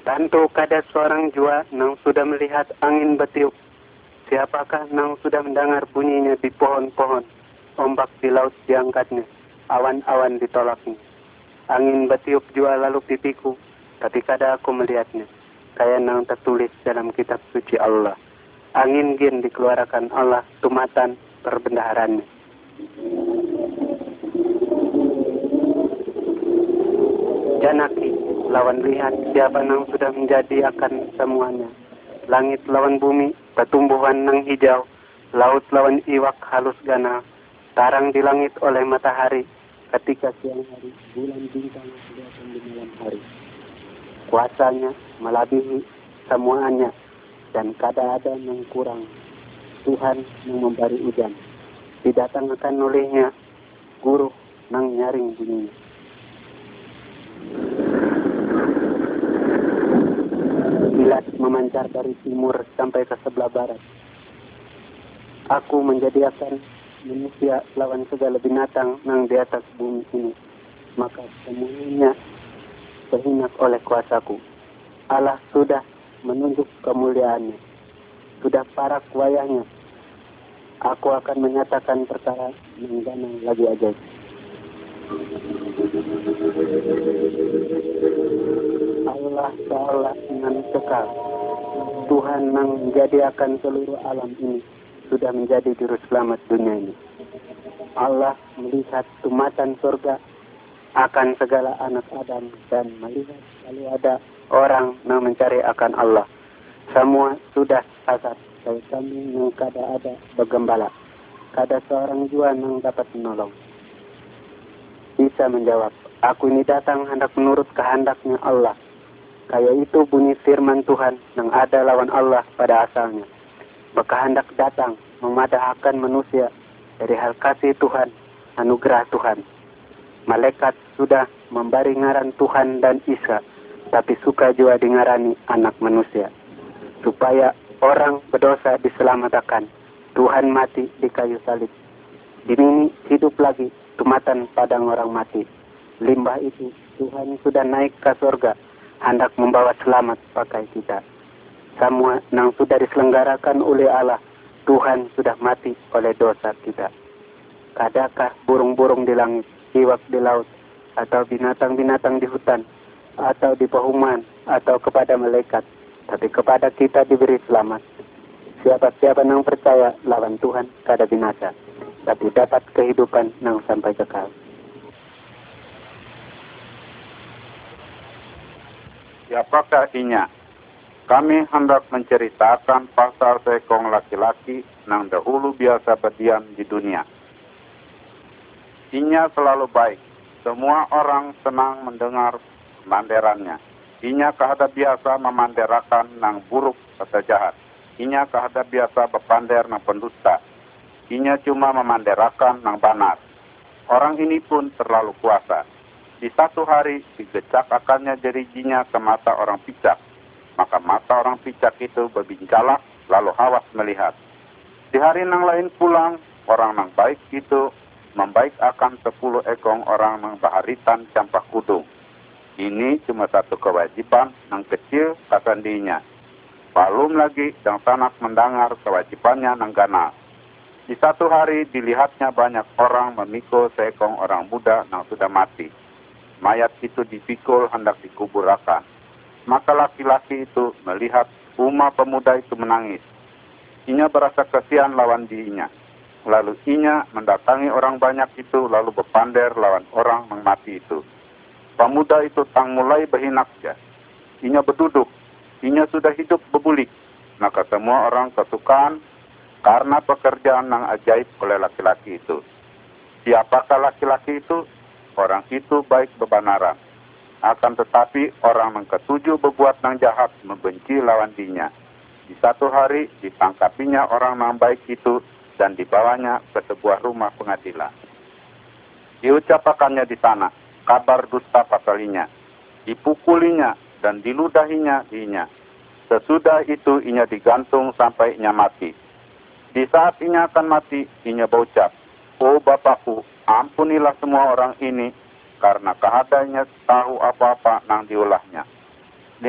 Tentu kada seorang jua nang sudah melihat angin betiup. Siapakah nang sudah mendengar bunyinya di pohon-pohon, ombak di laut diangkatnya, awan-awan ditolaknya. Angin betiup jua lalu pipiku, tapi kada aku melihatnya. Kayak nang tertulis dalam kitab suci Allah. Angin gin dikeluarkan Allah tumatan perbendaharannya. Janaki, lawan lihat siapa nang sudah menjadi akan semuanya. Langit lawan bumi, pertumbuhan nang hijau, laut lawan iwak halus gana, tarang di langit oleh matahari, ketika siang hari, bulan bintang kelihatan di malam hari. Kuasanya melebihi semuanya, dan kada ada yang kurang. Tuhan yang memberi hujan, didatangkan olehnya guru nang nyaring bunyinya. Kilat memancar dari timur sampai ke sebelah barat. Aku menjadikan manusia lawan segala binatang nang di atas bumi ini. Maka semuanya terhinak oleh kuasaku. Allah sudah menunjuk kemuliaannya. Sudah parak wayahnya. Aku akan menyatakan perkara yang gana lagi ajaib. Allah seolah dengan kekal. Tuhan yang menjadikan seluruh alam ini sudah menjadi juru selamat dunia ini. Allah melihat tumatan surga akan segala anak Adam dan melihat lalu ada orang yang mencari akan Allah. Semua sudah sasat, dan kami yang kada ada bergembala. Kada seorang jua yang dapat menolong. Bisa menjawab, aku ini datang hendak menurut kehendaknya Allah. Kayak itu bunyi firman Tuhan yang ada lawan Allah pada asalnya. Berkehendak datang memadahkan manusia dari hal kasih Tuhan, anugerah Tuhan. Malaikat sudah memberi ngaran Tuhan dan Isa, tapi suka juga dengarani anak manusia. Supaya orang berdosa diselamatkan. Tuhan mati di kayu salib. Ini hidup lagi, tumatan padang orang mati. Limbah itu Tuhan sudah naik ke surga, hendak membawa selamat pakai kita. Semua yang sudah diselenggarakan oleh Allah, Tuhan sudah mati oleh dosa kita. Kadakah burung-burung di langit, iwak di laut, atau binatang-binatang di hutan, atau di perumahan, atau kepada malaikat, tapi kepada kita diberi selamat. Siapa-siapa yang percaya lawan Tuhan kada binasa, tapi dapat kehidupan yang sampai kekal. Siapakah inya? Kami hendak menceritakan pasal seekong laki-laki yang dahulu biasa berdiam di dunia. Inya selalu baik. Semua orang senang mendengar manderannya. Inya kahada biasa memanderakan nang buruk atau jahat. Inya kahada biasa berpander nang pendusta. Inya cuma memanderakan nang banar. Orang ini pun terlalu kuasa. Di satu hari digecak akannya jeriginya ke mata orang picak. Maka mata orang picak itu berbincalah lalu hawas melihat. Di hari nang lain pulang, orang nang baik itu membaik akan 10 ekong orang nang baharitan campak kudung. Ini cuma satu kewajiban nang kecil kasandinya. Belum lagi yang sanak mendengar kewajibannya nang ganal. Di satu hari dilihatnya banyak orang memikul seekong orang muda nang sudah mati. Mayat itu dipikul hendak dikuburakan. Maka laki-laki itu melihat umat pemuda itu menangis. Inya berasa kasihan lawan dirinya. Lalu inya mendatangi orang banyak itu lalu berpander lawan orang yang mati itu. Pemuda itu tang mulai berhinaknya. Inya berduduk. Inya sudah hidup berbulik. Maka semua orang kesukaan karena pekerjaan yang ajaib oleh laki-laki itu. Siapakah laki-laki itu? Orang itu baik berbanaran. Akan tetapi orang yang ketujuh berbuat yang jahat membenci lawan dirinya. Di satu hari ditangkapinya orang yang baik itu dan dibawanya ke sebuah rumah pengadilan. Diucapkannya di sana kabar dusta pasalinya. Dipukulinya dan diludahinya inya. Sesudah itu inya digantung sampai inya mati. Di saat inya akan mati, inya berucap, "Oh Bapakku, ampunilah semua orang ini, karena kehadanya tahu apa-apa nang diulahnya." 5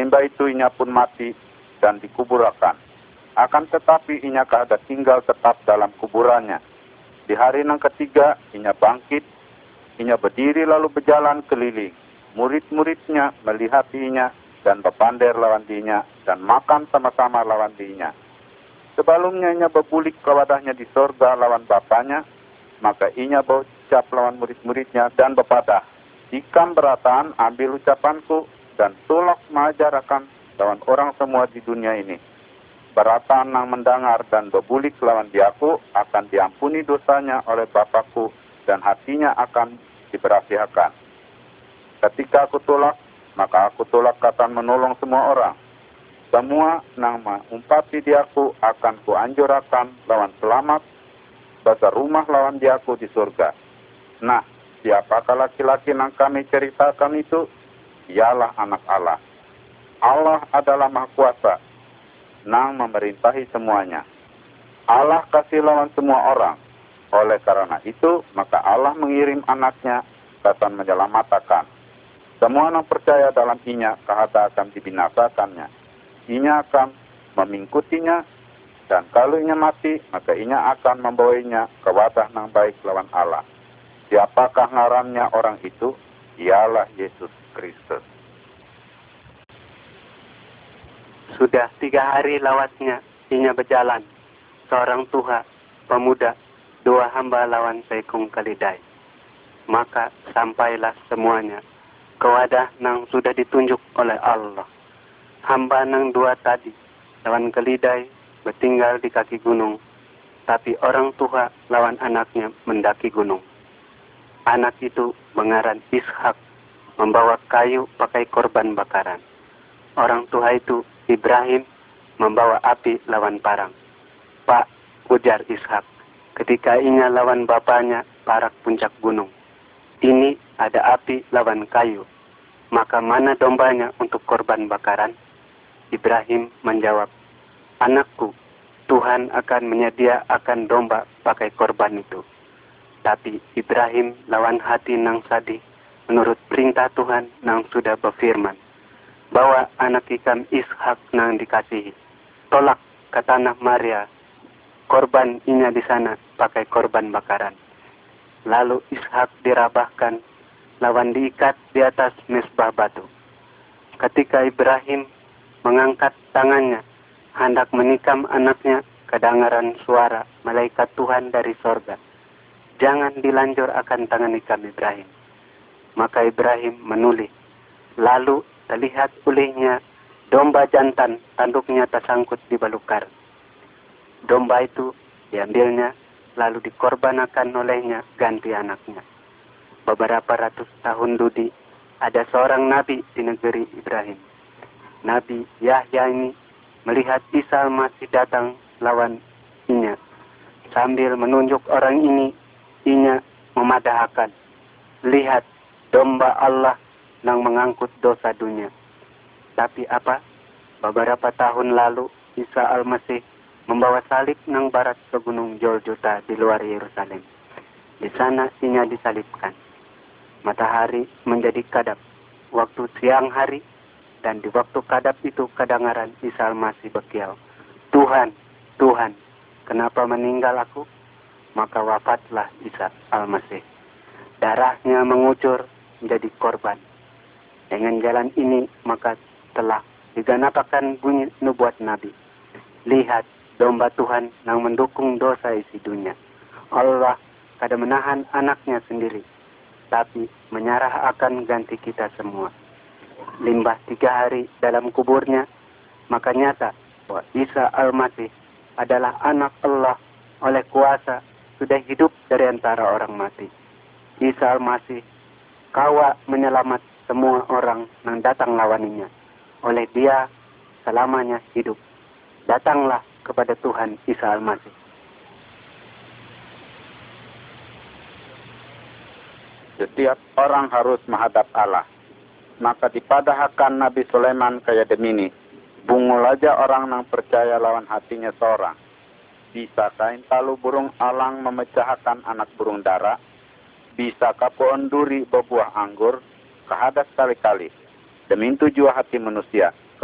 Menimba itu inya pun mati dan dikuburakan. Akan tetapi inya kahada tinggal tetap dalam kuburannya. Di hari yang ketiga inya bangkit, inya berdiri lalu berjalan keliling. Murid-muridnya melihat inya dan berpander lawan dinya dan makan sama-sama lawan dinya. Sebelumnya inya berbulik ke wadahnya di sorga lawan bapanya, maka inya berucap lawan murid-muridnya dan berpadah, "Ikam beratan ambil ucapanku dan tulak mengajarkan lawan orang semua di dunia ini. Beratan nang mendengar dan berbulik lawan diaku akan diampuni dosanya oleh Bapakku dan hatinya akan diberasihakan. Ketika aku tolak, maka aku tolak akan menolong semua orang. Semua nama umpati diaku akan kuanjurakan lawan selamat, bagi rumah lawan diaku di surga. Nah, siapakah laki-laki nang kami ceritakan itu? Ialah anak Allah. Allah adalah Maha Kuasa, nang memerintahi semuanya. Allah kasih lawan semua orang. Oleh karena itu, maka Allah mengirim anaknya dan menyelamatkan. Semua yang percaya dalam inya kahada akan dibinasakannya. Inya akan memingkutinya, dan kalau inya mati, maka inya akan membawanya ke wadah yang baik lawan Allah. Siapakah ngarannya orang itu? Ialah Yesus Kristus. Sudah 3 hari lawatnya inya berjalan, seorang tua, pemuda, 2 hamba lawan Sekung Kalidai. Maka sampailah semuanya ke wadah nang sudah ditunjuk oleh Allah. Hamba nang 2 tadi lawan Kalidai bertinggal di kaki gunung, tapi orang tua lawan anaknya mendaki gunung. Anak itu mengaran Ishak, membawa kayu pakai korban bakaran. Orang tua itu Ibrahim membawa api lawan parang. "Pak," ujar Ishak, ketika inya lawan bapaknya parak puncak gunung, "ini ada api lawan kayu, maka mana dombanya untuk korban bakaran?" Ibrahim menjawab, "Anakku, Tuhan akan menyediakan domba pakai korban itu." Tapi Ibrahim lawan hati nang sadih menurut perintah Tuhan nang sudah berfirman, "Bawa anak ikam Ishak nang dikasihi, tolak ke tanah Maria, korban inya di sana pakai korban bakaran." Lalu Ishak dirabahkan lawan diikat di atas mesbah batu. Ketika Ibrahim mengangkat tangannya hendak menikam anaknya, kedengaran suara malaikat Tuhan dari sorga, "Jangan dilanjur akan tangan ikam Ibrahim." Maka Ibrahim menoleh. Lalu terlihat olehnya domba jantan, tanduknya tersangkut di balukar. Domba itu diambilnya, lalu dikorbankan olehnya ganti anaknya. Beberapa ratus tahun dudi, ada seorang nabi di negeri Ibrahim. Nabi Yahya ini melihat Isa masih datang lawan inya. Sambil menunjuk orang ini, inya memadahkan, "Lihat, domba Allah yang mengangkut dosa dunia." Tapi apa? Beberapa tahun lalu, Isa Al-Masih membawa salib nang barat ke Gunung Golgota di luar Yerusalem. Di sana inya disalibkan. Matahari menjadi kadap waktu siang hari, dan di waktu kadap itu kedengaran Isa Al-Masih berkiau, "Tuhan, Tuhan, kenapa meninggal aku?" Maka wafatlah Isa Al-Masih. Darahnya mengucur menjadi korban. Dengan jalan ini maka telah digenapkan bunyi nubuat Nabi, "Lihat, domba Tuhan yang mendukung dosa isi dunia. Allah kada menahan anaknya sendiri, tapi menyerah akan ganti kita semua." Limbah 3 hari dalam kuburnya, maka nyata bahwa Isa Al-Masih adalah anak Allah oleh kuasa sudah hidup dari antara orang mati. Isa Al-Masih kawa menyelamat semua orang yang datang lawaninya. Oleh dia selamanya hidup. Datanglah kepada Tuhan Isa Al-Masih. Setiap orang harus menghadap Allah. Maka dipadahkan Nabi Sulaiman kaya demini. Bungul aja orang yang percaya lawan hatinya seorang. Bisa kain talu burung alang memecahkan anak burung dara. Bisa pohon duri berbuah anggur. Kehadas kali-kali. Demi tujuan hati manusia.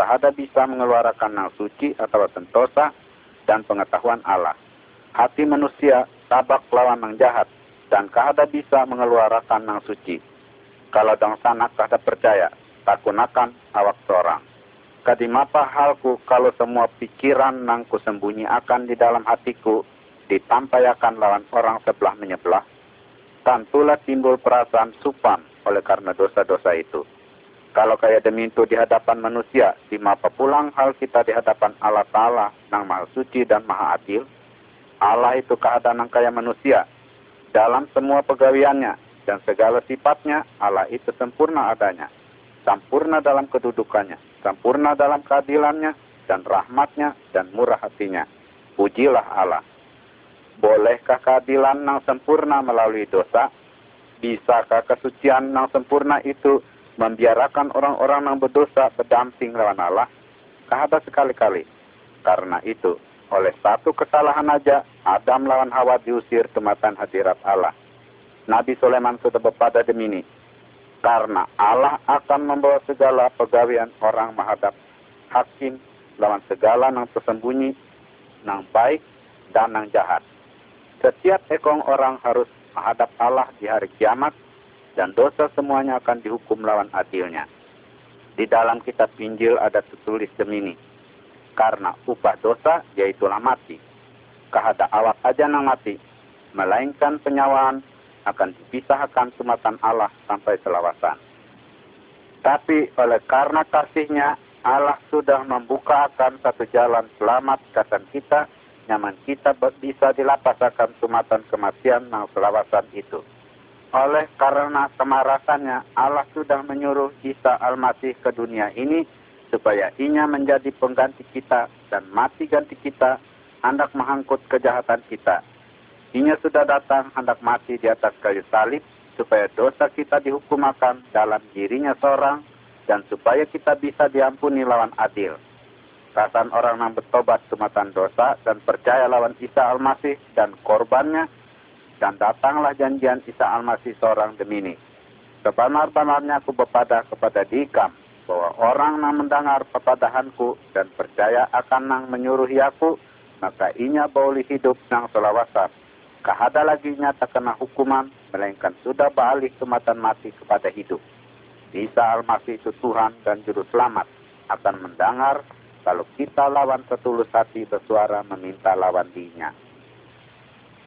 kahada bisa mengeluarkan nang suci atau sentosa dan pengetahuan Allah. Hati manusia tabak lawan nang jahat dan kahada bisa mengeluarkan nang suci. Kalau dong sanak kahada percaya, takunakan awak seorang. Kadimapa halku kalau semua pikiran nang kusembunyi akan di dalam hatiku ditampayakan lawan orang sebelah menyebelah, tentulah timbul perasaan supan oleh karena dosa-dosa itu. Kalau kayak demikian di hadapan manusia, di mapa pulang hal kita di hadapan Allah Ta'ala nang maha suci dan maha adil. Allah itu keadaan nang kaya manusia. Dalam semua pegawiannya dan segala sifatnya, Allah itu sempurna adanya. Sempurna dalam kedudukannya, sempurna dalam keadilannya, dan rahmatnya, dan murah hatinya. Pujilah Allah. Bolehkah keadilan nang sempurna melalui dosa? Bisakah kesucian nang sempurna itu membiarkan orang-orang yang berdosa berdamping lawan Allah? Kahada sekali-kali. Karena itu, oleh satu kesalahan aja, Adam lawan Hawa diusir kematan hadirat Allah. Nabi Sulaiman sudah berpada demini. Karena Allah akan membawa segala pegawian orang menghadap hakim lawan segala nang tersembunyi, nang baik dan nang jahat. Setiap ekong orang harus menghadap Allah di hari kiamat, dan dosa semuanya akan dihukum lawan adilnya. Di dalam kitab Injil ada tertulis demini, karena upah dosa yaitulah mati. Kahada awak aja nang mati, melainkan penyawaan akan dipisahkan sumatan Allah sampai selawasan. Tapi oleh karena kasihnya, Allah sudah membukakan satu jalan selamat katan kita, nyaman kita bisa dilapasakan sumatan kematian nang selawasan itu. Oleh karena kemarasannya, Allah sudah menyuruh Isa Al-Masih ke dunia ini supaya Inya menjadi pengganti kita dan mati ganti kita, hendak mengangkut kejahatan kita. Inya sudah datang hendak mati di atas kayu salib supaya dosa kita dihukumakan dalam dirinya seorang dan supaya kita bisa diampuni lawan adil. Kasan orang yang bertobat sumatan dosa dan percaya lawan Isa Al-Masih dan korbannya, dan datanglah janjian Isa Al-Masih seorang demini. Sebenar-benarnya aku berpada kepada dikam, bahwa orang yang mendengar pepadahanku dan percaya akan nang menyuruhi aku, maka inya boleh hidup nang selawasan. Kahada lagi nyata kena hukuman, melainkan sudah beralih kematian mati kepada hidup. Isa Al-Masih itu Tuhan dan Juru Selamat akan mendengar kalau kita lawan setulus hati bersuara meminta lawan Dinya.